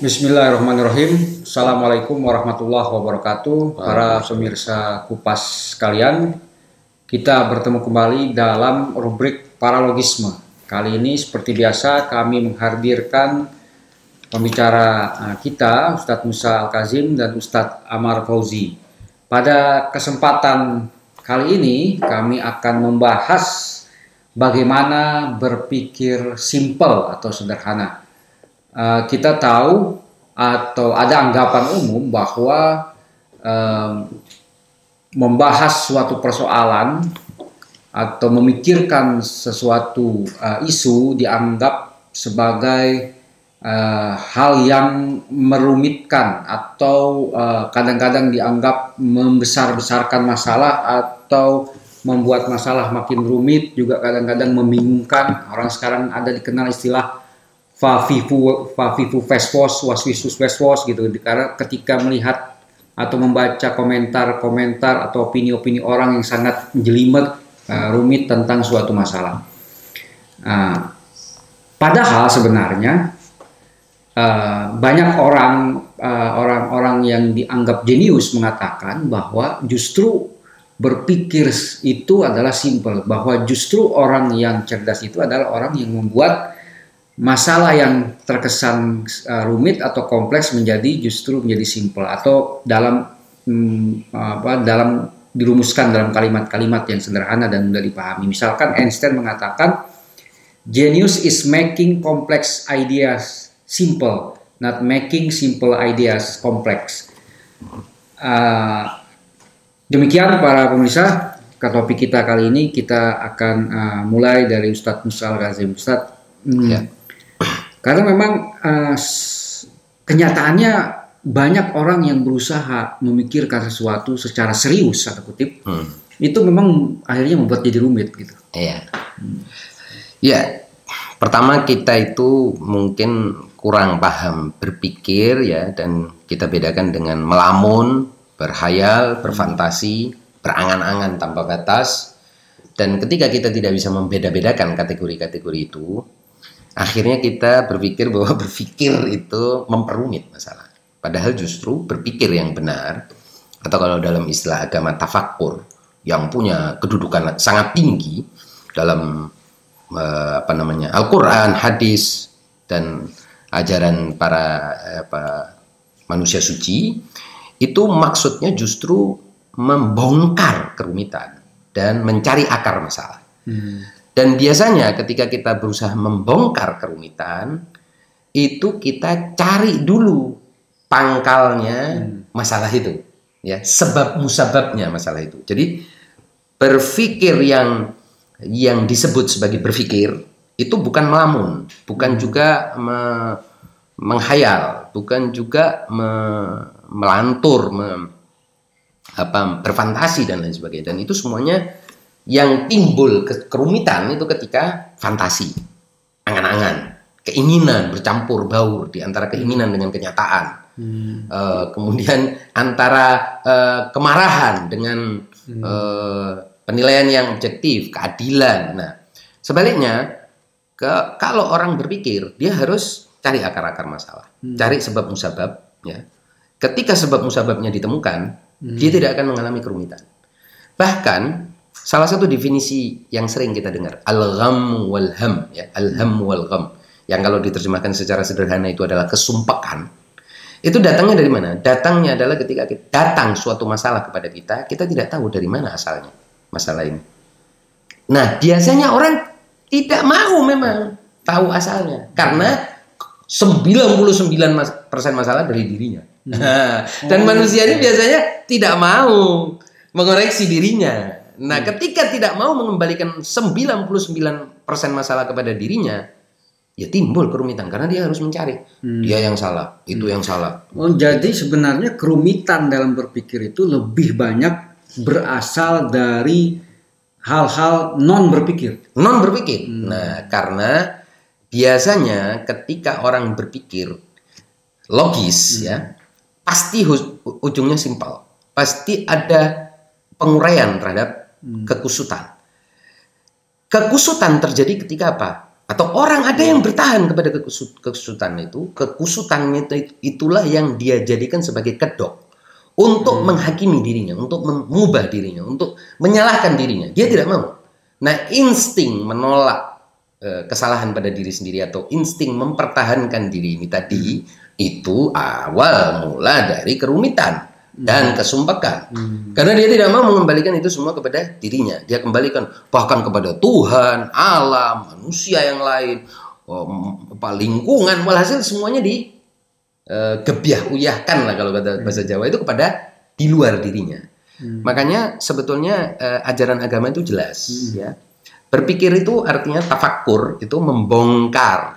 Bismillahirrahmanirrahim. Assalamualaikum warahmatullahi wabarakatuh. Para pemirsa Kupas sekalian, kita bertemu kembali dalam rubrik paralogisme. Kali ini seperti biasa kami menghadirkan pembicara kita, Ustadz Musa Al-Kazim dan Ustadz Amar Fauzi. Pada kesempatan kali ini kami akan membahas bagaimana berpikir simpel atau sederhana. Kita tahu atau ada anggapan umum bahwa membahas suatu persoalan atau memikirkan sesuatu isu dianggap sebagai hal yang merumitkan atau kadang-kadang dianggap membesar-besarkan masalah atau membuat masalah makin rumit, juga kadang-kadang membingungkan. Orang sekarang ada dikenal istilah Fafifu Fesvos, Waswisus Fesvos gitu. Karena ketika melihat atau membaca komentar-komentar atau opini-opini orang yang sangat jelimet, rumit tentang suatu masalah. Padahal sebenarnya banyak orang-orang yang dianggap jenius mengatakan bahwa justru berpikir itu adalah simpel, bahwa justru orang yang cerdas itu adalah orang yang membuat masalah yang terkesan rumit atau kompleks justru menjadi simpel, atau dalam dirumuskan dalam kalimat-kalimat yang sederhana dan mudah dipahami. Misalkan Einstein mengatakan, genius is making complex ideas simple, not making simple ideas complex. Demikian para pemirsa, ke topik kita kali ini kita akan mulai dari Ustadz Musa Al-Kazim. Ustadz, karena memang kenyataannya banyak orang yang berusaha memikirkan sesuatu secara serius, tanda kutip, itu memang akhirnya membuat jadi rumit gitu. Iya. Ya, pertama kita itu mungkin kurang paham berpikir ya, dan kita bedakan dengan melamun, berhayal, berfantasi, berangan-angan tanpa batas. Dan ketika kita tidak bisa membeda-bedakan kategori-kategori itu, akhirnya kita berpikir bahwa berpikir itu memperumit masalah. Padahal justru berpikir yang benar, atau kalau dalam istilah agama tafakkur, yang punya kedudukan sangat tinggi dalam Al-Quran, hadis, dan ajaran para manusia suci, itu maksudnya justru membongkar kerumitan dan mencari akar masalah. Dan biasanya ketika kita berusaha membongkar kerumitan, itu kita cari dulu pangkalnya masalah itu, ya, sebab musababnya masalah itu. Jadi berpikir yang disebut sebagai berpikir itu bukan melamun, bukan juga menghayal, bukan juga melantur, berfantasi dan lain sebagainya. Dan itu semuanya yang timbul kerumitan itu ketika fantasi, angan-angan, keinginan bercampur baur di antara keinginan dengan kenyataan. Kemudian antara kemarahan dengan penilaian yang objektif, keadilan. Nah, sebaliknya kalau orang berpikir, dia harus cari akar-akar masalah, cari sebab musabab. Ya. Ketika sebab musababnya ditemukan, dia tidak akan mengalami kerumitan. Bahkan salah satu definisi yang sering kita dengar, al-gham wal ham, ya, al-ham wal gham, yang kalau diterjemahkan secara sederhana itu adalah kesumpakan. Itu datangnya dari mana? Datangnya adalah ketika datang suatu masalah kepada kita, kita tidak tahu dari mana asalnya masalah ini. Nah, biasanya orang tidak mau memang tahu asalnya, karena 99% masalah dari dirinya. Dan manusia ini biasanya tidak mau mengoreksi dirinya. Nah, ketika tidak mau mengembalikan 99% masalah kepada dirinya, ya timbul kerumitan karena dia harus mencari. Dia yang salah, itu yang salah. Jadi sebenarnya kerumitan dalam berpikir itu lebih banyak berasal dari hal-hal non berpikir. Nah, karena biasanya ketika orang berpikir logis, ya, pasti ujungnya simpel. Pasti ada penguraian terhadap kekusutan. Kekusutan terjadi ketika apa? Atau orang ada yang bertahan kepada kekusutannya itulah yang dia jadikan sebagai kedok untuk menghakimi dirinya, untuk mengubah dirinya, untuk menyalahkan dirinya. Dia tidak mau. Nah, insting menolak kesalahan pada diri sendiri atau insting mempertahankan diri ini tadi itu awal mula dari kerumitan dan kesumpekan. Karena dia tidak mau mengembalikan itu semua kepada dirinya. Dia kembalikan bahkan kepada Tuhan, alam, manusia yang lain, lingkungan, walhasil semuanya gebyah-uyahkan lah kalau kata bahasa Jawa itu kepada di luar dirinya. Makanya sebetulnya ajaran agama itu jelas ya. Berpikir itu artinya tafakkur, itu membongkar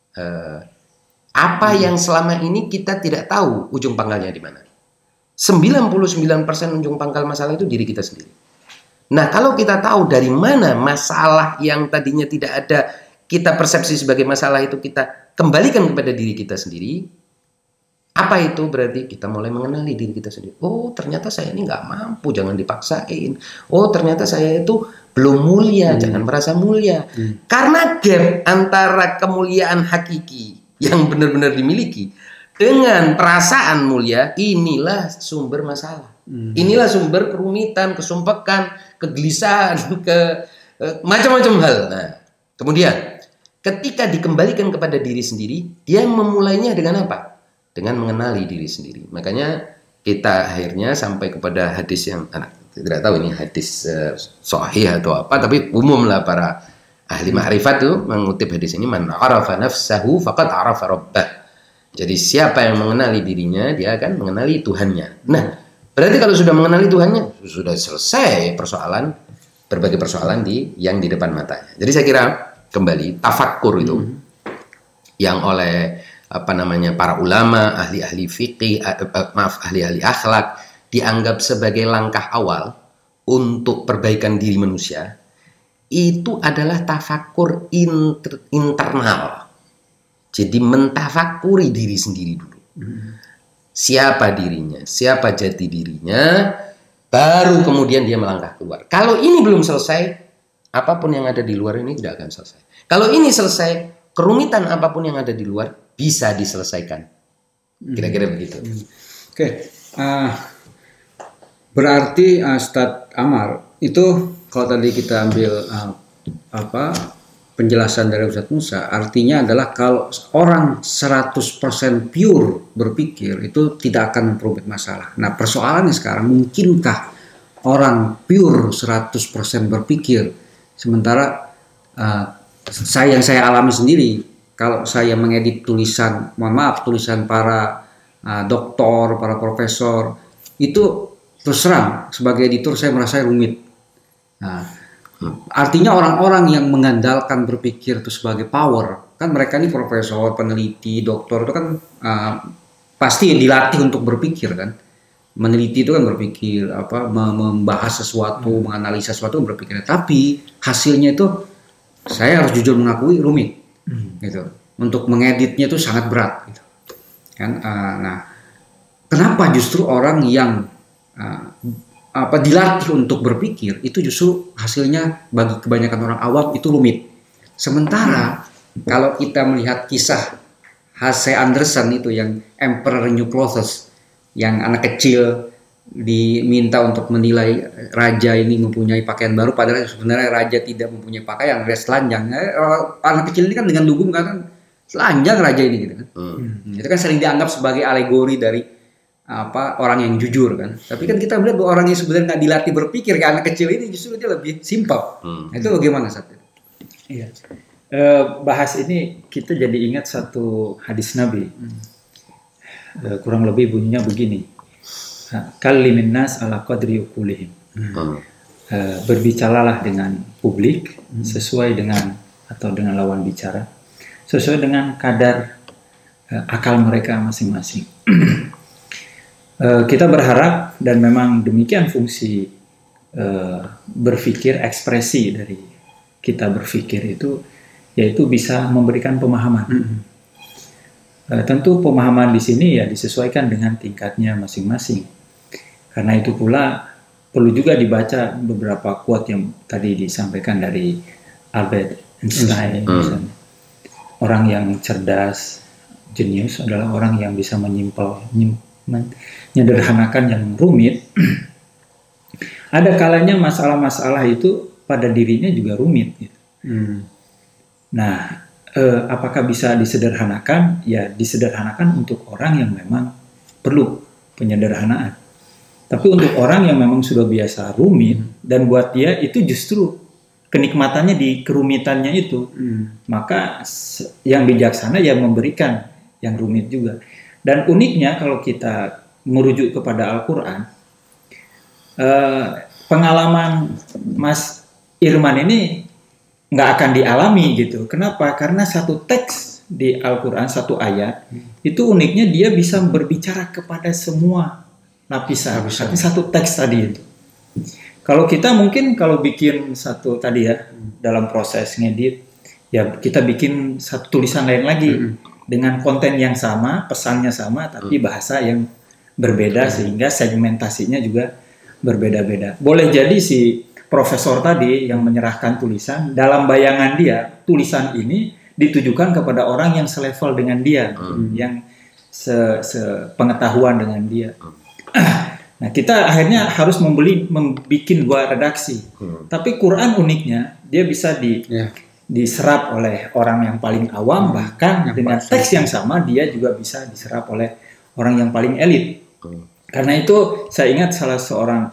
apa yang selama ini kita tidak tahu ujung pangkalnya di mana. 99% ujung pangkal masalah itu diri kita sendiri. Nah, kalau kita tahu dari mana masalah yang tadinya tidak ada kita persepsi sebagai masalah itu kita kembalikan kepada diri kita sendiri, apa itu berarti kita mulai mengenali diri kita sendiri. Oh, ternyata saya ini nggak mampu, jangan dipaksain. Oh, ternyata saya itu belum mulia, jangan merasa mulia. Karena gap antara kemuliaan hakiki yang benar-benar dimiliki dengan perasaan mulia, inilah sumber masalah. Inilah sumber kerumitan, kesumpekan, kegelisahan, macam-macam hal. Nah, kemudian ketika dikembalikan kepada diri sendiri, dia memulainya dengan apa? Dengan mengenali diri sendiri. Makanya kita akhirnya sampai kepada hadis yang tidak tahu ini hadis sahih atau apa, tapi umum lah para ahli ma'rifat itu mengutip hadis ini, man arafa nafsahu faqad arafa rabbah. Jadi siapa yang mengenali dirinya, dia akan mengenali Tuhannya. Nah, berarti kalau sudah mengenali Tuhannya, sudah selesai berbagai persoalan yang di depan matanya. Jadi saya kira kembali tafakkur itu yang oleh para ulama, ahli-ahli fikih, ahli-ahli akhlak dianggap sebagai langkah awal untuk perbaikan diri manusia, itu adalah tafakkur internal. Jadi mentafakuri diri sendiri dulu. Siapa dirinya, siapa jati dirinya, baru kemudian dia melangkah keluar. Kalau ini belum selesai, apapun yang ada di luar ini tidak akan selesai. Kalau ini selesai, kerumitan apapun yang ada di luar bisa diselesaikan. Kira-kira begitu. Oke. Berarti Ustadz Amar, itu kalau tadi kita ambil penjelasan dari Ustadz Musa, artinya adalah kalau orang 100% pure berpikir itu tidak akan memperumit masalah. Nah, persoalannya sekarang, mungkinkah orang pure 100% berpikir, sementara yang saya alami sendiri, kalau saya mengedit tulisan para doktor, para profesor, itu terus terang sebagai editor saya merasa rumit. Nah, artinya orang-orang yang mengandalkan berpikir itu sebagai power, kan mereka ini profesor, peneliti, doktor itu kan pasti dilatih untuk berpikir kan. Meneliti itu kan berpikir, membahas sesuatu, menganalisa sesuatu berpikir. Tapi hasilnya itu saya harus jujur mengakui rumit, gitu. Untuk mengeditnya itu sangat berat, gitu. Kan, nah, kenapa justru orang yang dilatih untuk berpikir itu justru hasilnya bagi kebanyakan orang awam itu rumit. Sementara kalau kita melihat kisah H.C. Andersen itu yang Emperor New Clothes, yang anak kecil diminta untuk menilai raja ini mempunyai pakaian baru, padahal sebenarnya raja tidak mempunyai pakaian, dia telanjang. Anak kecil ini kan dengan lugu mengatakan telanjang raja ini, gitu kan. Itu kan sering dianggap sebagai alegori dari orang yang jujur kan. Tapi kan kita melihat bahwa orang yang sebenarnya nggak dilatih berpikir, kayak anak kecil ini justru dia lebih simpel. Itu bagaimana saat itu? Iya. Bahas ini kita jadi ingat satu hadis Nabi. Kurang lebih bunyinya begini. Kallimin nas ala qadri uqulihim. Berbicaralah dengan publik sesuai dengan lawan bicara, sesuai dengan kadar akal mereka masing-masing. Kita berharap dan memang demikian fungsi berpikir, ekspresi dari kita berpikir itu, yaitu bisa memberikan pemahaman. Tentu pemahaman di sini ya disesuaikan dengan tingkatnya masing-masing. Karena itu pula perlu juga dibaca beberapa quote yang tadi disampaikan dari Albert Einstein misalnya. orang yang cerdas, jenius adalah orang yang bisa menyederhanakan yang rumit. Ada kalanya masalah-masalah itu pada dirinya juga rumit. Gitu. Nah, apakah bisa disederhanakan? Ya, disederhanakan untuk orang yang memang perlu penyederhanaan. Tapi untuk orang yang memang sudah biasa rumit, dan buat dia itu justru kenikmatannya di kerumitannya itu, maka yang bijaksana ya memberikan yang rumit juga. Dan uniknya kalau kita merujuk kepada Al-Quran, pengalaman Mas Irman ini nggak akan dialami gitu. Kenapa? Karena satu teks di Al-Quran, satu ayat, itu uniknya dia bisa berbicara kepada semua lapisan. Tapi satu teks tadi itu. Kalau kita mungkin kalau bikin satu tadi ya, dalam proses ngedit, ya kita bikin satu tulisan lain lagi dengan konten yang sama, pesannya sama, tapi bahasa yang berbeda sehingga segmentasinya juga berbeda-beda. Boleh jadi si profesor tadi yang menyerahkan tulisan, dalam bayangan dia, tulisan ini ditujukan kepada orang yang selevel dengan dia, yang sepengetahuan dengan dia. Nah, kita akhirnya harus membuat dua redaksi. Tapi Quran uniknya, dia bisa diserap oleh orang yang paling awam, bahkan dengan teks yang sama, dia juga bisa diserap oleh orang yang paling elit. Karena itu saya ingat salah seorang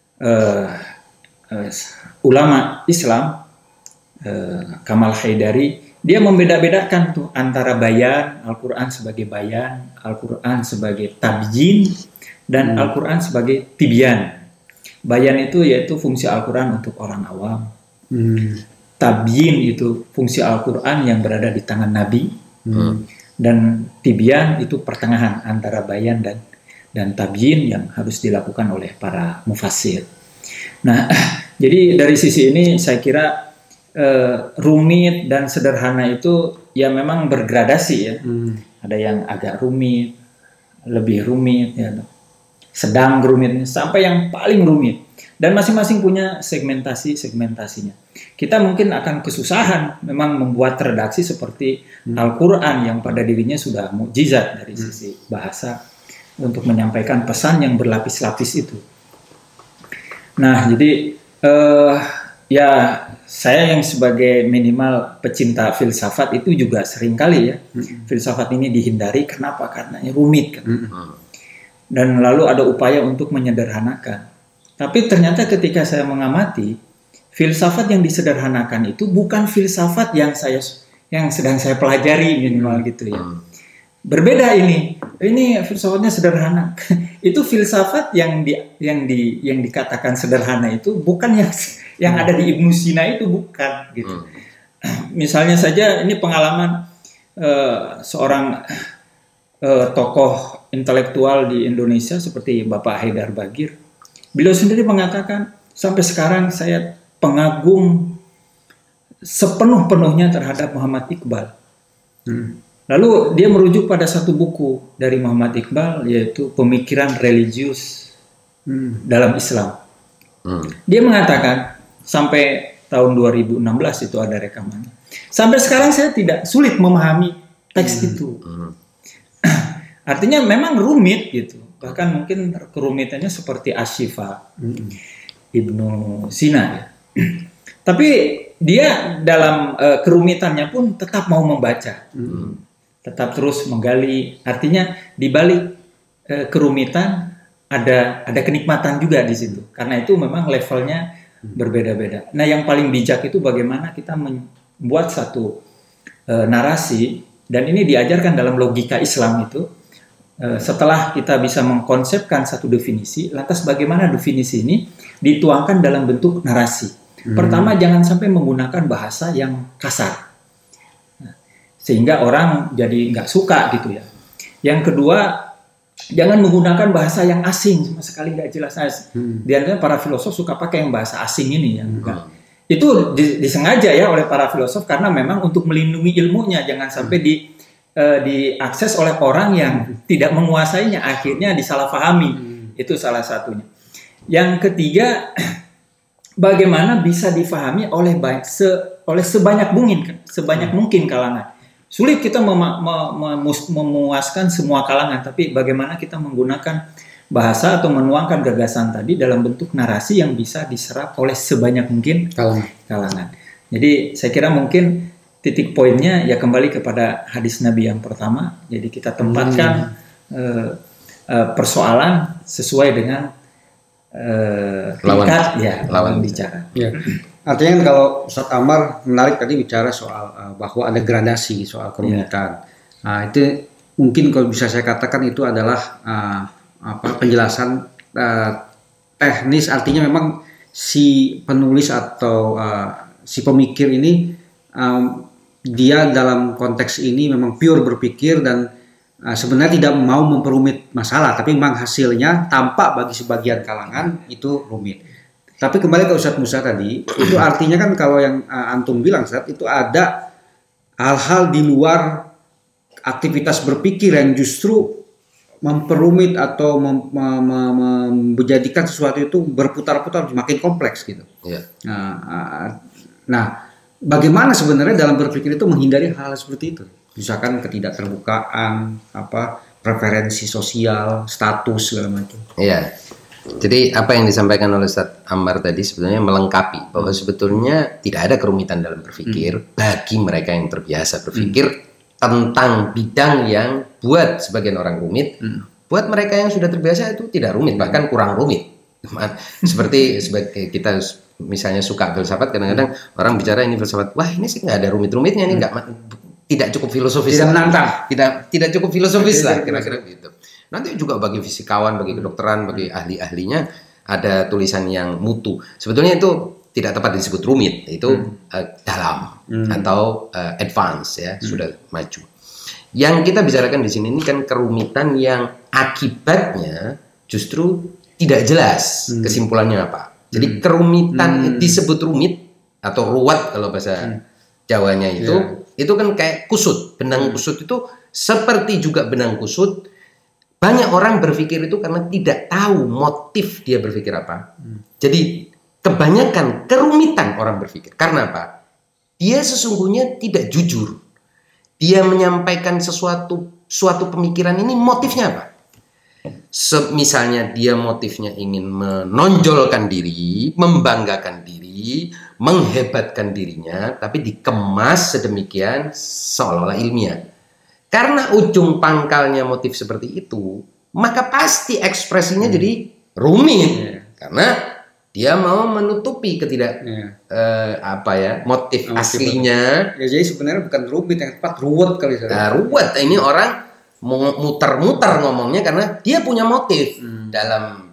ulama Islam, Kamal Haidari, dia membeda-bedakan tuh antara bayan, Al-Quran sebagai bayan, Al-Quran sebagai tabyin, dan Al-Quran sebagai tibyan. Bayan itu yaitu fungsi Al-Quran untuk orang awam. Tabyin itu fungsi Al-Quran yang berada di tangan Nabi. Dan tibyan itu pertengahan antara bayan dan tabyin yang harus dilakukan oleh para mufassir. Nah, jadi dari sisi ini saya kira rumit dan sederhana itu ya memang bergradasi ya. Ada yang agak rumit, lebih rumit, ya, sedang rumit, sampai yang paling rumit. Dan masing-masing punya segmentasinya. Kita mungkin akan kesusahan memang membuat redaksi seperti Al-Quran yang pada dirinya sudah mukjizat dari sisi bahasa untuk menyampaikan pesan yang berlapis-lapis itu. Nah, jadi ya saya yang sebagai minimal pecinta filsafat itu juga seringkali ya filsafat ini dihindari. Kenapa? Karena rumit kan. Dan lalu ada upaya untuk menyederhanakan. Tapi ternyata ketika saya mengamati, filsafat yang disederhanakan itu bukan filsafat yang sedang saya pelajari minimal gitu ya. Berbeda ini filsafatnya sederhana. Itu filsafat yang dikatakan sederhana itu bukan yang ada di Ibnu Sina, itu bukan gitu. Misalnya saja ini pengalaman seorang tokoh intelektual di Indonesia seperti Bapak Haidar Bagir. Beliau sendiri mengatakan, sampai sekarang saya pengagum sepenuh-penuhnya terhadap Muhammad Iqbal. Lalu dia merujuk pada satu buku dari Muhammad Iqbal, yaitu Pemikiran Religius dalam Islam. Dia mengatakan, sampai tahun 2016 itu ada rekamannya. Sampai sekarang saya sulit memahami teks itu. Artinya memang rumit gitu. Bahkan mungkin kerumitannya seperti Asy-Syifa Ibnu Sina ya. Tapi dia dalam kerumitannya pun tetap mau membaca. Tetap terus menggali. Artinya di balik kerumitan ada kenikmatan juga di situ. Karena itu memang levelnya berbeda-beda. Nah, yang paling bijak itu bagaimana kita membuat satu narasi, dan ini diajarkan dalam logika Islam itu. Setelah kita bisa mengkonsepkan satu definisi, lantas bagaimana definisi ini dituangkan dalam bentuk narasi. Pertama, jangan sampai menggunakan bahasa yang kasar, sehingga orang jadi nggak suka gitu ya. Yang kedua, jangan menggunakan bahasa yang asing, sama sekali nggak jelas. Di antaranya para filosof suka pakai yang bahasa asing ini ya. Itu disengaja ya oleh para filosof karena memang untuk melindungi ilmunya, jangan sampai diakses oleh orang yang tidak menguasainya, akhirnya disalahpahami. Itu salah satunya. Yang ketiga, bagaimana bisa difahami oleh sebanyak mungkin kalangan. Sulit kita memuaskan semua kalangan, tapi bagaimana kita menggunakan bahasa atau menuangkan gagasan tadi dalam bentuk narasi yang bisa diserap oleh sebanyak mungkin kalangan. Jadi saya kira mungkin titik poinnya ya kembali kepada hadis Nabi yang pertama. Jadi kita tempatkan persoalan sesuai dengan tingkat lawan bicara. Ya. Artinya kalau Ustadz Ammar menarik tadi bicara soal bahwa ada gradasi soal kerumitan. Nah, itu mungkin kalau bisa saya katakan itu adalah penjelasan teknis. Artinya memang si penulis atau si pemikir ini dia dalam konteks ini memang pure berpikir dan sebenarnya tidak mau memperumit masalah, tapi memang hasilnya tampak bagi sebagian kalangan itu rumit. Tapi kembali ke Ustadz Musa tadi, itu artinya kan kalau yang Antum bilang Ustadz, itu ada hal-hal di luar aktivitas berpikir yang justru memperumit atau menjadikan sesuatu itu berputar-putar makin kompleks gitu. Yeah. Nah, bagaimana sebenarnya dalam berpikir itu menghindari hal seperti itu? Misalkan ketidakterbukaan, preferensi sosial, status segala macam. Iya. Jadi apa yang disampaikan oleh Ustadz Ammar tadi sebenarnya melengkapi bahwa sebetulnya tidak ada kerumitan dalam berpikir bagi mereka yang terbiasa berpikir tentang bidang yang buat sebagian orang rumit, buat mereka yang sudah terbiasa itu tidak rumit, bahkan kurang rumit. Seperti kita misalnya suka filsafat, kadang-kadang orang bicara ini filsafat, wah ini sih nggak ada rumit-rumitnya, ini tidak cukup filosofis, tidak menantang, tidak cukup filosofis lah kira-kira gitu. Nanti juga bagi fisikawan, bagi kedokteran, bagi ahli-ahlinya ada tulisan yang mutu. Sebetulnya itu tidak tepat disebut rumit, itu dalam atau advance ya, sudah maju. Yang kita bicarakan di sini ini kan kerumitan yang akibatnya justru tidak jelas kesimpulannya apa. Jadi kerumitan disebut rumit atau ruwet kalau bahasa Jawanya itu kan kayak kusut, benang kusut itu seperti juga benang kusut. Banyak orang berpikir itu karena tidak tahu motif dia berpikir apa. Jadi kebanyakan kerumitan orang berpikir. Karena apa? Dia sesungguhnya tidak jujur. Dia menyampaikan suatu pemikiran ini motifnya apa? Misalnya dia motifnya ingin menonjolkan diri, membanggakan diri, menghebatkan dirinya, tapi dikemas sedemikian seolah-olah ilmiah. Karena ujung pangkalnya motif seperti itu, maka pasti ekspresinya jadi rumit. Karena dia mau menutupi motif aslinya. Ya, jadi sebenarnya bukan rumit, yang tepat ruwet kali saya. Nah, ruwet ini orang muter-muter ngomongnya karena dia punya motif dalam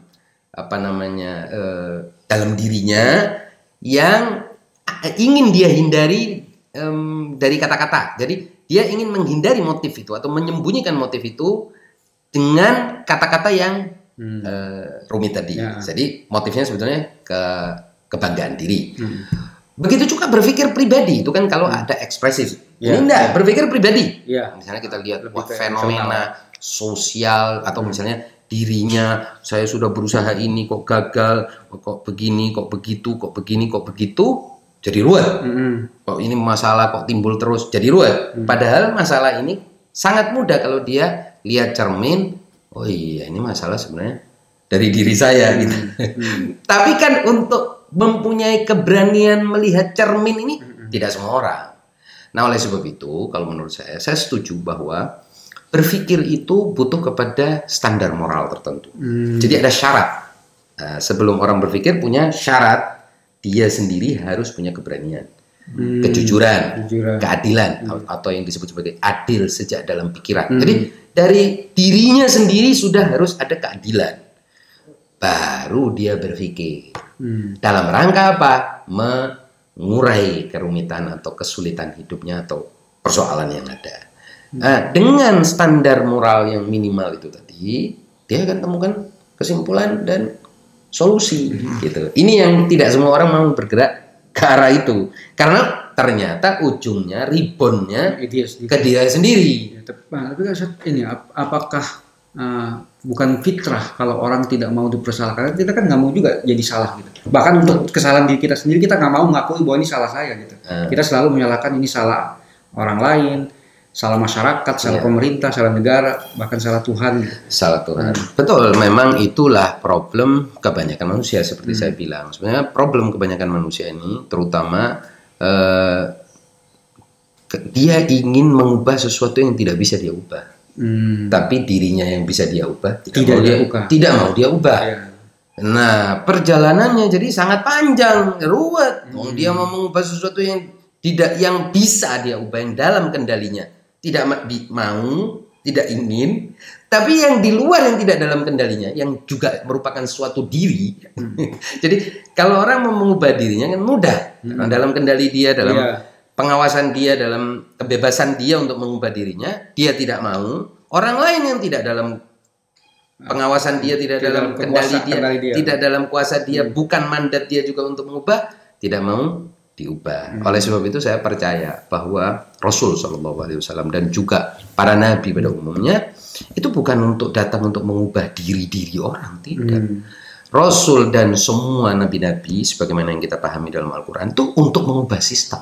dalam dirinya yang ingin dia hindari dari kata-kata. Jadi dia ingin menghindari motif itu atau menyembunyikan motif itu dengan kata-kata yang rumit tadi. Ya. Jadi motifnya sebetulnya kebanggaan diri. Begitu juga berpikir pribadi itu kan kalau ada ekspresif. Ini enggak berpikir pribadi. Misalnya kita lihat fenomena sosial atau misalnya dirinya, saya sudah berusaha ini kok gagal, kok begini, kok begitu, kok begini, kok begitu. Jadi ruwet. Kok ini masalah kok timbul terus jadi ruwet. Padahal masalah ini sangat mudah kalau dia lihat cermin. Oh iya, ini masalah sebenarnya dari diri saya gitu. Tapi kan untuk mempunyai keberanian melihat cermin ini tidak semua orang. Nah, oleh sebab itu kalau menurut saya setuju bahwa berpikir itu butuh kepada standar moral tertentu. Jadi ada syarat. Sebelum orang berpikir punya syarat. Dia sendiri harus punya keberanian, kejujuran, keadilan, atau yang disebut sebagai adil sejak dalam pikiran. Jadi dari dirinya sendiri sudah harus ada keadilan, baru dia berpikir. Dalam rangka apa? Mengurai kerumitan atau kesulitan hidupnya atau persoalan yang ada. Dengan standar moral yang minimal itu tadi, dia akan temukan kesimpulan dan solusi gitu. Ini yang tidak semua orang mau bergerak ke arah itu karena ternyata ujungnya ribonnya ke dia sendiri. Tapi ini apakah bukan fitrah kalau orang tidak mau dipersalahkan? Kita kan nggak mau juga jadi salah gitu. Bahkan untuk kesalahan diri kita sendiri kita nggak mau mengakui bahwa ini salah saya gitu. Kita selalu menyalahkan ini salah orang lain. salah masyarakat, salah pemerintah, salah negara, bahkan salah Tuhan. Salah Tuhan. Betul, memang itulah problem kebanyakan manusia seperti saya bilang. Sebenarnya problem kebanyakan manusia ini terutama dia ingin mengubah sesuatu yang tidak bisa dia ubah. Tapi dirinya yang bisa dia ubah tidak mau dia ubah. Ya. Nah, perjalanannya jadi sangat panjang, ruwet. Dia mau mengubah sesuatu yang bisa dia ubah, yang dalam kendalinya. Tidak mau, tidak ingin, tapi yang di luar yang tidak dalam kendalinya, yang juga merupakan suatu diri. Jadi kalau orang mau mengubah dirinya kan mudah, karena dalam kendali dia, dalam pengawasan dia, dalam kebebasan dia untuk mengubah dirinya, dia tidak mau. Orang lain yang tidak dalam pengawasan dia, tidak dalam kendali dia, tidak dalam kuasa dia, bukan mandat dia juga untuk mengubah, tidak mau diubah. Oleh sebab itu saya percaya bahwa Rasul SAW dan juga para nabi pada umumnya itu bukan untuk datang untuk mengubah diri-diri orang, tidak. Rasul dan semua nabi-nabi sebagaimana yang kita pahami dalam Al-Quran itu untuk mengubah sistem.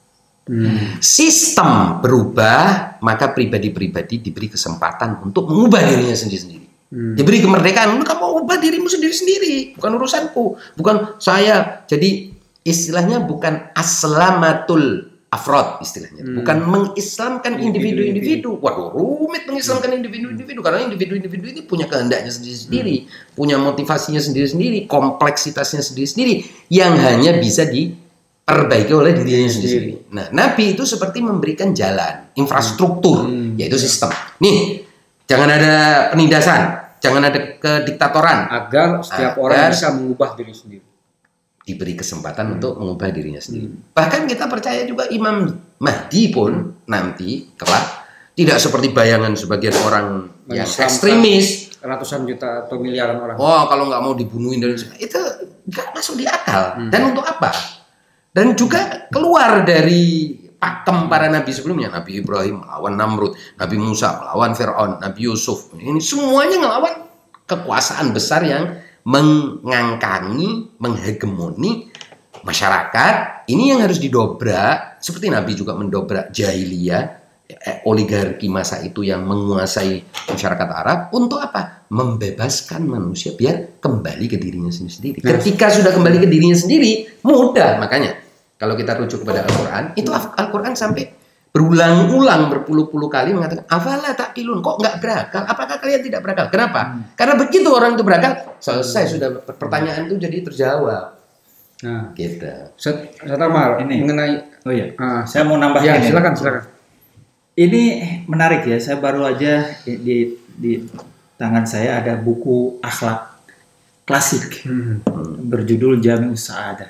Sistem berubah, maka pribadi-pribadi diberi kesempatan untuk mengubah dirinya sendiri-sendiri. Diberi kemerdekaan, kamu ubah dirimu sendiri-sendiri, bukan urusanku, bukan saya. Jadi istilahnya bukan aslamatul afrod, istilahnya bukan mengislamkan individu-individu. Waduh, rumit mengislamkan individu-individu, karena individu-individu ini punya kehendaknya sendiri-sendiri, punya motivasinya sendiri-sendiri, kompleksitasnya sendiri-sendiri yang hanya bisa diperbaiki oleh dirinya sendiri. Nah, Nabi itu seperti memberikan jalan, infrastruktur, yaitu sistem. Nih, jangan ada penindasan, jangan ada kediktatoran, agar setiap orang bisa mengubah diri sendiri. Diberi kesempatan untuk mengubah dirinya sendiri. Bahkan kita percaya juga Imam Mahdi pun nanti kelak tidak seperti bayangan sebagian orang yang ekstremis, ratusan juta atau miliaran orang. Oh, kalau nggak mau dibunuhin dan itu nggak masuk di akal. Dan untuk apa? Dan juga keluar dari pakem para nabi sebelumnya. Nabi Ibrahim melawan Namrud, Nabi Musa melawan Fir'aun, Nabi Yusuf. Ini semuanya ngelawan kekuasaan besar yang mengangkangi, menghegemoni masyarakat. Ini yang harus didobrak, seperti Nabi juga mendobrak jahiliyah, oligarki masa itu yang menguasai masyarakat Arab. Untuk apa? Membebaskan manusia biar kembali ke dirinya sendiri. Ketika sudah kembali ke dirinya sendiri, mudah. Makanya kalau kita rujuk kepada Al-Quran, itu Al-Quran sampai berulang-ulang berpuluh-puluh kali mengatakan afala taqilun, kok nggak berakal? Apakah kalian tidak berakal? Kenapa? Karena begitu orang itu berakal, selesai sudah pertanyaan itu jadi terjawab. Nah, gitu. Satamar ini mengenai saya mau nambahkan. Ya, silakan. Ini menarik ya. Saya baru aja di tangan saya ada buku akhlak klasik berjudul Jami'us Sa'adah.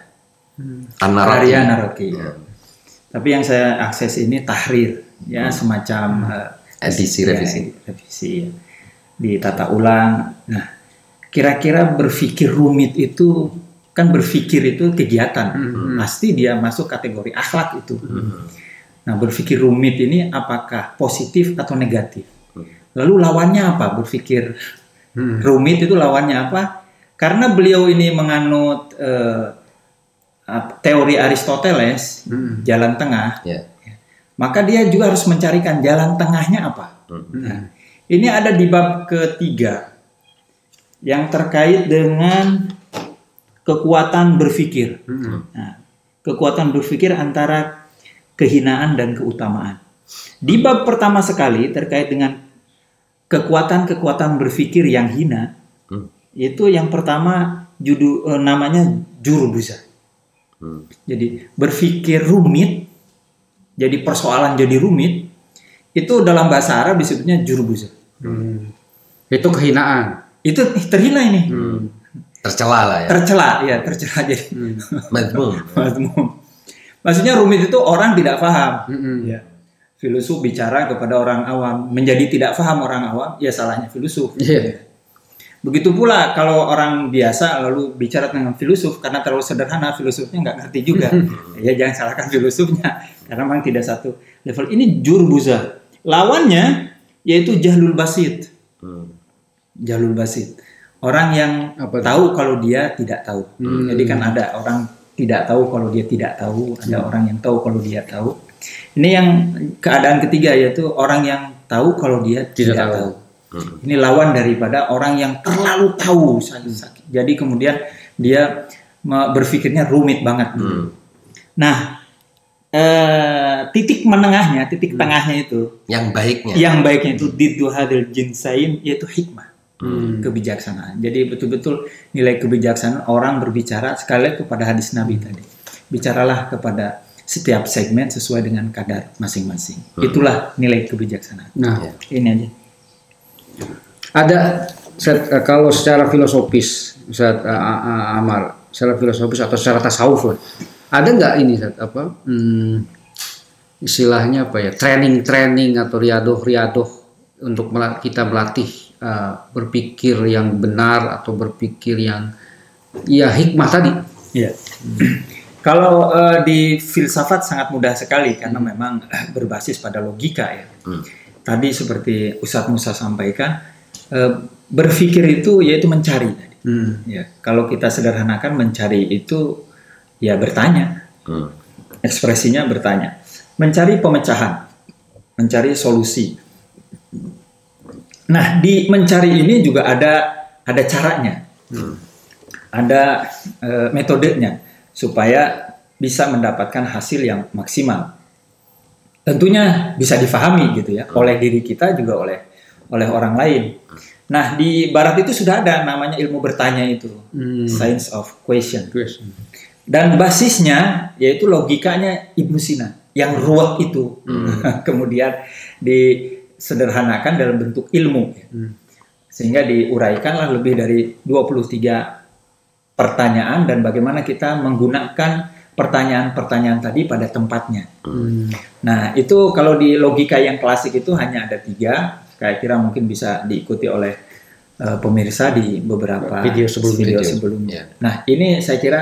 Karya Naraki. Tapi yang saya akses ini tahrir, ya semacam edisi revisi ya, ditata ulang. Nah, kira-kira berpikir rumit itu kan berpikir itu kegiatan, pasti dia masuk kategori akhlak itu. Nah, berpikir rumit ini apakah positif atau negatif? Lalu lawannya apa? Berpikir rumit itu lawannya apa? Karena beliau ini menganut teori Aristoteles, jalan tengah, maka dia juga harus mencarikan jalan tengahnya apa. Nah, ini ada di bab ketiga yang terkait dengan kekuatan berpikir. Nah, kekuatan berpikir antara kehinaan dan keutamaan. Di bab pertama sekali terkait dengan kekuatan-kekuatan berpikir yang hina, itu yang pertama namanya jurubuza. Jadi berpikir rumit, jadi persoalan jadi rumit, itu dalam bahasa Arab disebutnya jurubuza. Itu kehinaan. Itu terhina ini. Tercela lah ya. Tercela jadi. Madmum. Maksudnya rumit itu orang tidak paham. Ya. Filosof bicara kepada orang awam, menjadi tidak paham orang awam, ya salahnya filosof. Begitu pula kalau orang biasa lalu bicara tentang filosof, karena terlalu sederhana, filosofnya nggak ngerti juga. Ya jangan salahkan filosofnya, karena memang tidak satu level. Ini jurbuza. Lawannya yaitu jahlul basit. Jahlul basit. Orang yang tahu kalau dia tidak tahu. Jadi kan ada orang tidak tahu kalau dia tidak tahu, ada orang yang tahu kalau dia tahu. Ini yang keadaan ketiga, yaitu orang yang tahu kalau dia tidak tahu. Ini lawan daripada orang yang terlalu tahu. Jadi kemudian dia berpikirnya rumit banget. Nah, titik menengahnya, titik tengahnya itu, yang baiknya itu diddu hadil jinsain, yaitu hikmah, kebijaksanaan. Jadi betul-betul nilai kebijaksanaan orang berbicara sekali kepada hadis Nabi tadi. Bicaralah kepada setiap segmen sesuai dengan kadar masing-masing. Itulah nilai kebijaksanaan. Nah, ini aja. Ada kalau secara filosofis, Ustaz Amar, secara filosofis atau secara tasawuf, ada nggak ini Ustaz, istilahnya apa ya, training atau riadoh untuk kita melatih berpikir yang benar atau berpikir yang ya hikmah tadi. Iya. Kalau di filsafat sangat mudah sekali karena memang berbasis pada logika ya. Tadi seperti Ustadz Musa sampaikan, berpikir itu yaitu mencari tadi. Ya, kalau kita sederhanakan, mencari itu ya bertanya. Ekspresinya bertanya. Mencari pemecahan, mencari solusi. Nah, di mencari ini juga ada caranya. Ada metodenya supaya bisa mendapatkan hasil yang maksimal. Tentunya bisa difahami gitu ya, oleh diri kita juga oleh orang lain. Nah, di barat itu sudah ada namanya ilmu bertanya itu, science of question. Dan basisnya yaitu logikanya Ibnu Sina yang ruwet itu. Kemudian disederhanakan dalam bentuk ilmu. Sehingga diuraikanlah lebih dari 23 pertanyaan dan bagaimana kita menggunakan pertanyaan-pertanyaan tadi pada tempatnya. Nah, itu kalau di logika yang klasik itu hanya ada 3. Saya kira mungkin bisa diikuti oleh pemirsa di beberapa video sebelumnya. Nah, ini saya kira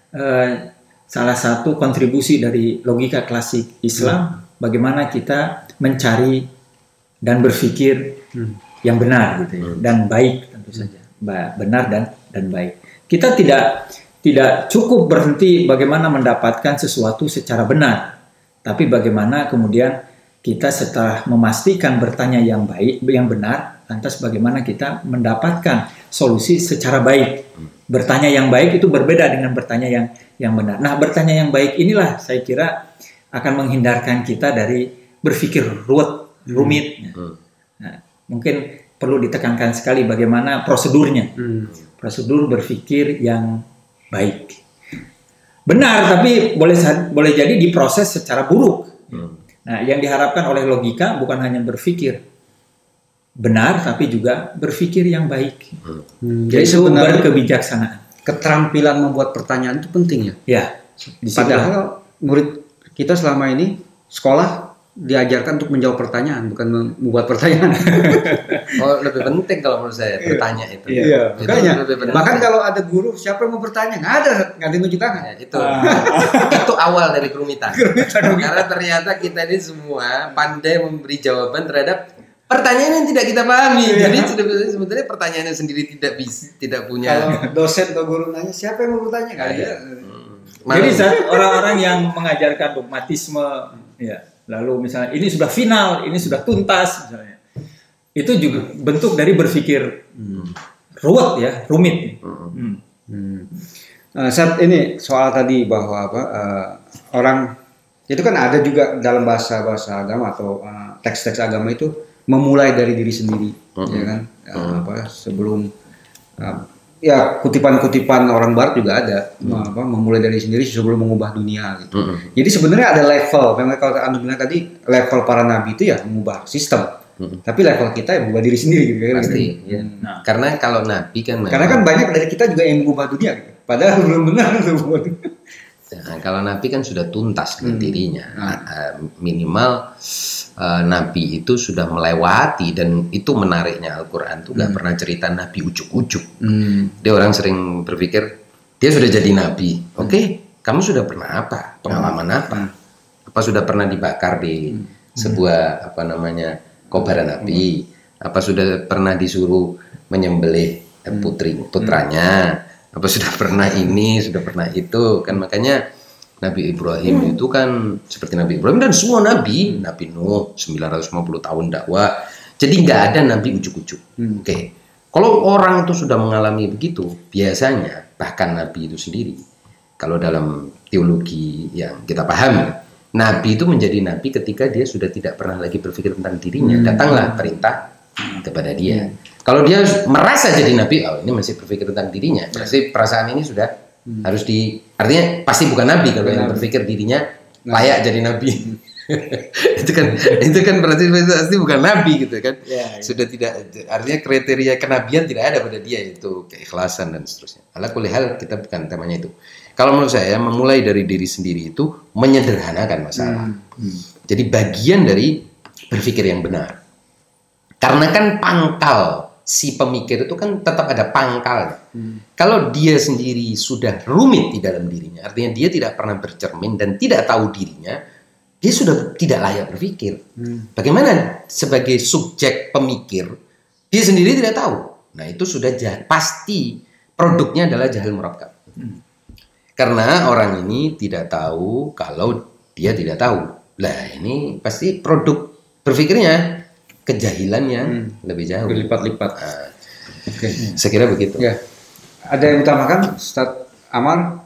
salah satu kontribusi dari logika klasik Islam, bagaimana kita mencari dan berpikir yang benar gitu ya, dan baik tentu saja, benar dan baik. Kita tidak cukup berhenti bagaimana mendapatkan sesuatu secara benar, tapi bagaimana kemudian kita setelah memastikan bertanya yang baik, yang benar, lantas bagaimana kita mendapatkan solusi secara baik. Bertanya yang baik itu berbeda dengan bertanya yang benar. Nah, bertanya yang baik inilah saya kira akan menghindarkan kita dari berpikir rumit. Nah, mungkin perlu ditekankan sekali bagaimana prosedurnya. Prosedur berpikir yang baik. Benar, tapi boleh jadi diproses secara buruk. Nah, yang diharapkan oleh logika bukan hanya berpikir benar, tapi juga berpikir yang baik. Jadi sebenarnya kebijaksanaan. Keterampilan membuat pertanyaan itu penting ya. Ya. Padahal murid kita selama ini sekolah diajarkan untuk menjawab pertanyaan, bukan membuat pertanyaan. Oh, lebih penting kalau menurut saya bertanya itu. Iya. Makanya. Bahkan kalau ada guru, siapa yang mau bertanya? Nggak ada yang mencuci tangan. Ya, itu awal dari kerumitan. Karena ternyata kita ini semua pandai memberi jawaban terhadap pertanyaan yang tidak kita pahami. Jadi sebetulnya pertanyaannya sendiri tidak punya. Kalau dosen atau guru nanya, siapa yang mau bertanya? Nggak ada. Jadi orang-orang yang mengajarkan dogmatisme, ya. Lalu misalnya ini sudah final, ini sudah tuntas misalnya. Itu juga bentuk dari berpikir rumit. Saat ini soal tadi bahwa orang itu kan ada juga dalam bahasa agama atau teks-teks agama itu memulai dari diri sendiri, ya kan? Sebelum ya kutipan-kutipan orang barat juga ada memulai dari sendiri sebelum mengubah dunia gitu. Jadi sebenarnya ada level. Memang kalau Anda bilang tadi level para nabi itu ya mengubah sistem. Tapi level kita ya mengubah diri sendiri gitu. Pasti. Gitu. Ya. Nah, karena kalau nabi kan karena kan banyak dari kita juga yang mengubah dunia gitu. Padahal belum benar tuh. Nah, kalau nabi kan sudah tuntas kriterianya. Minimal nabi itu sudah melewati, dan itu menariknya Al-Quran tuh gak pernah cerita nabi ujuk-ujuk. Dia orang sering berpikir dia sudah jadi nabi. Oke, kamu sudah pernah apa? Pengalaman apa? Apa sudah pernah dibakar di sebuah kobaran api? Apa sudah pernah disuruh menyembelih putranya? Apa sudah pernah ini, sudah pernah itu? Kan makanya Nabi Ibrahim itu kan seperti Nabi Ibrahim dan semua Nabi Nuh 950 tahun dakwah. Jadi nggak ada Nabi ujuk-ujuk. Oke. Kalau orang itu sudah mengalami begitu, biasanya bahkan Nabi itu sendiri, kalau dalam teologi yang kita pahami, Nabi itu menjadi Nabi ketika dia sudah tidak pernah lagi berpikir tentang dirinya. Datanglah perintah kepada dia. Kalau dia merasa jadi Nabi, oh ini masih berpikir tentang dirinya. Berarti perasaan ini sudah harus artinya pasti bukan Nabi kalau yang berpikir dirinya layak jadi Nabi. itu kan berarti pasti bukan Nabi gitu kan. Sudah tidak, artinya kriteria kenabian tidak ada pada dia, itu keikhlasan dan seterusnya. Ala kulli hal kita bukan temanya itu. Kalau menurut saya memulai dari diri sendiri itu menyederhanakan masalah. Jadi bagian dari berpikir yang benar. Karena kan pangkal si pemikir itu kan tetap ada pangkalnya. Kalau dia sendiri sudah rumit di dalam dirinya, artinya dia tidak pernah bercermin dan tidak tahu dirinya, dia sudah tidak layak berpikir. Bagaimana sebagai subjek pemikir, dia sendiri tidak tahu. Nah itu sudah pasti produknya adalah jahil murakkab. Karena orang ini tidak tahu kalau dia tidak tahu. Lah ini pasti produk berpikirnya kejahilan yang lebih jauh. Berlipat-lipat. Oke. Saya kira begitu. Ya. Ada yang utamakan, Ustaz Amar?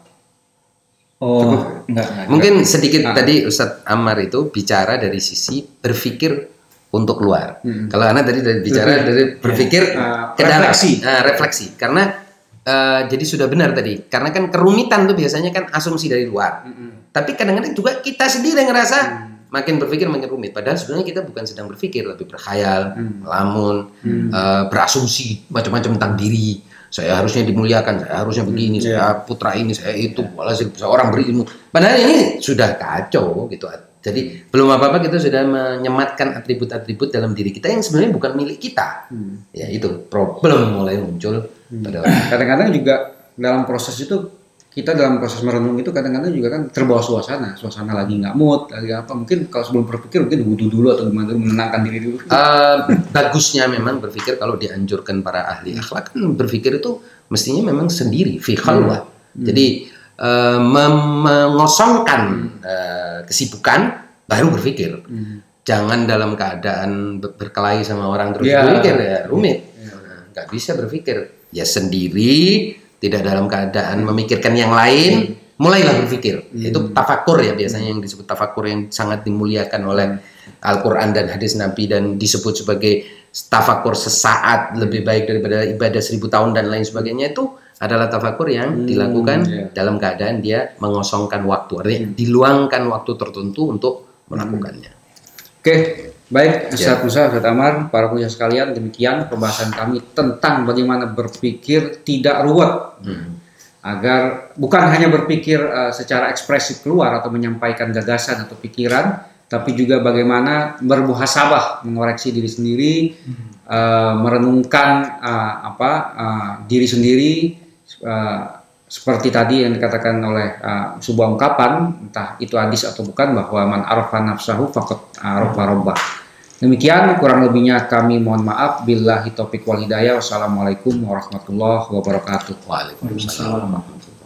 Enggak. Mungkin sedikit tadi Ustadz Ammar itu bicara dari sisi berpikir untuk keluar. Kalau Ana tadi bicara dari berpikir ke dalam, refleksi. Karena jadi sudah benar tadi. Karena kan kerumitan tuh biasanya kan asumsi dari luar. Tapi kadang-kadang juga kita sendiri ngerasa makin berpikir makin rumit. Padahal sebenarnya kita bukan sedang berpikir, tapi berkhayal, melamun, berasumsi macam-macam tentang diri. Saya harusnya dimuliakan, saya harusnya begini, saya putra ini, saya itu, walhasil seorang berilmu. Padahal ini sudah kacau gitu. Jadi belum apa-apa kita sudah menyematkan atribut-atribut dalam diri kita yang sebenarnya bukan milik kita. Ya itu problem mulai muncul pada orang. Kadang-kadang juga dalam proses itu, kita dalam proses merenung itu kadang-kadang juga kan terbawa suasana lagi nggak mood, lagi apa, mungkin kalau sebelum berpikir mungkin wudhu dulu atau gimana dulu, menenangkan diri dulu. Bagusnya memang berpikir, kalau dianjurkan para ahli akhlak kan berpikir itu mestinya memang sendiri fi khalwah. Jadi mengosongkan kesibukan baru berpikir. Jangan dalam keadaan berkelahi sama orang terus berpikir, ya rumit. Nggak bisa berpikir ya sendiri. Tidak dalam keadaan memikirkan yang lain, mulailah berpikir. Itu tafakur ya, biasanya yang disebut tafakur yang sangat dimuliakan oleh Al-Quran dan hadis Nabi, dan disebut sebagai tafakur sesaat lebih baik daripada ibadah 1000 tahun dan lain sebagainya. Itu adalah tafakur yang dilakukan dalam keadaan dia mengosongkan waktu, artinya diluangkan waktu tertentu untuk melakukannya. Oke. Baik, Ustaz Musa, Ustaz Ammar, para pemirsa sekalian, demikian pembahasan kami tentang bagaimana berpikir tidak ruwet. Agar bukan hanya berpikir secara ekspresif keluar atau menyampaikan gagasan atau pikiran, tapi juga bagaimana bermuhasabah, mengoreksi diri sendiri, merenungkan diri sendiri, seperti tadi yang dikatakan oleh sebuah ungkapan, entah itu hadis atau bukan, bahwa man arafa nafsahu faqad arafa rabbah. Demikian kurang lebihnya kami mohon maaf. Billahi taufiq wal hidayah. Wassalamualaikum warahmatullahi wabarakatuh. Waalaikumsalam.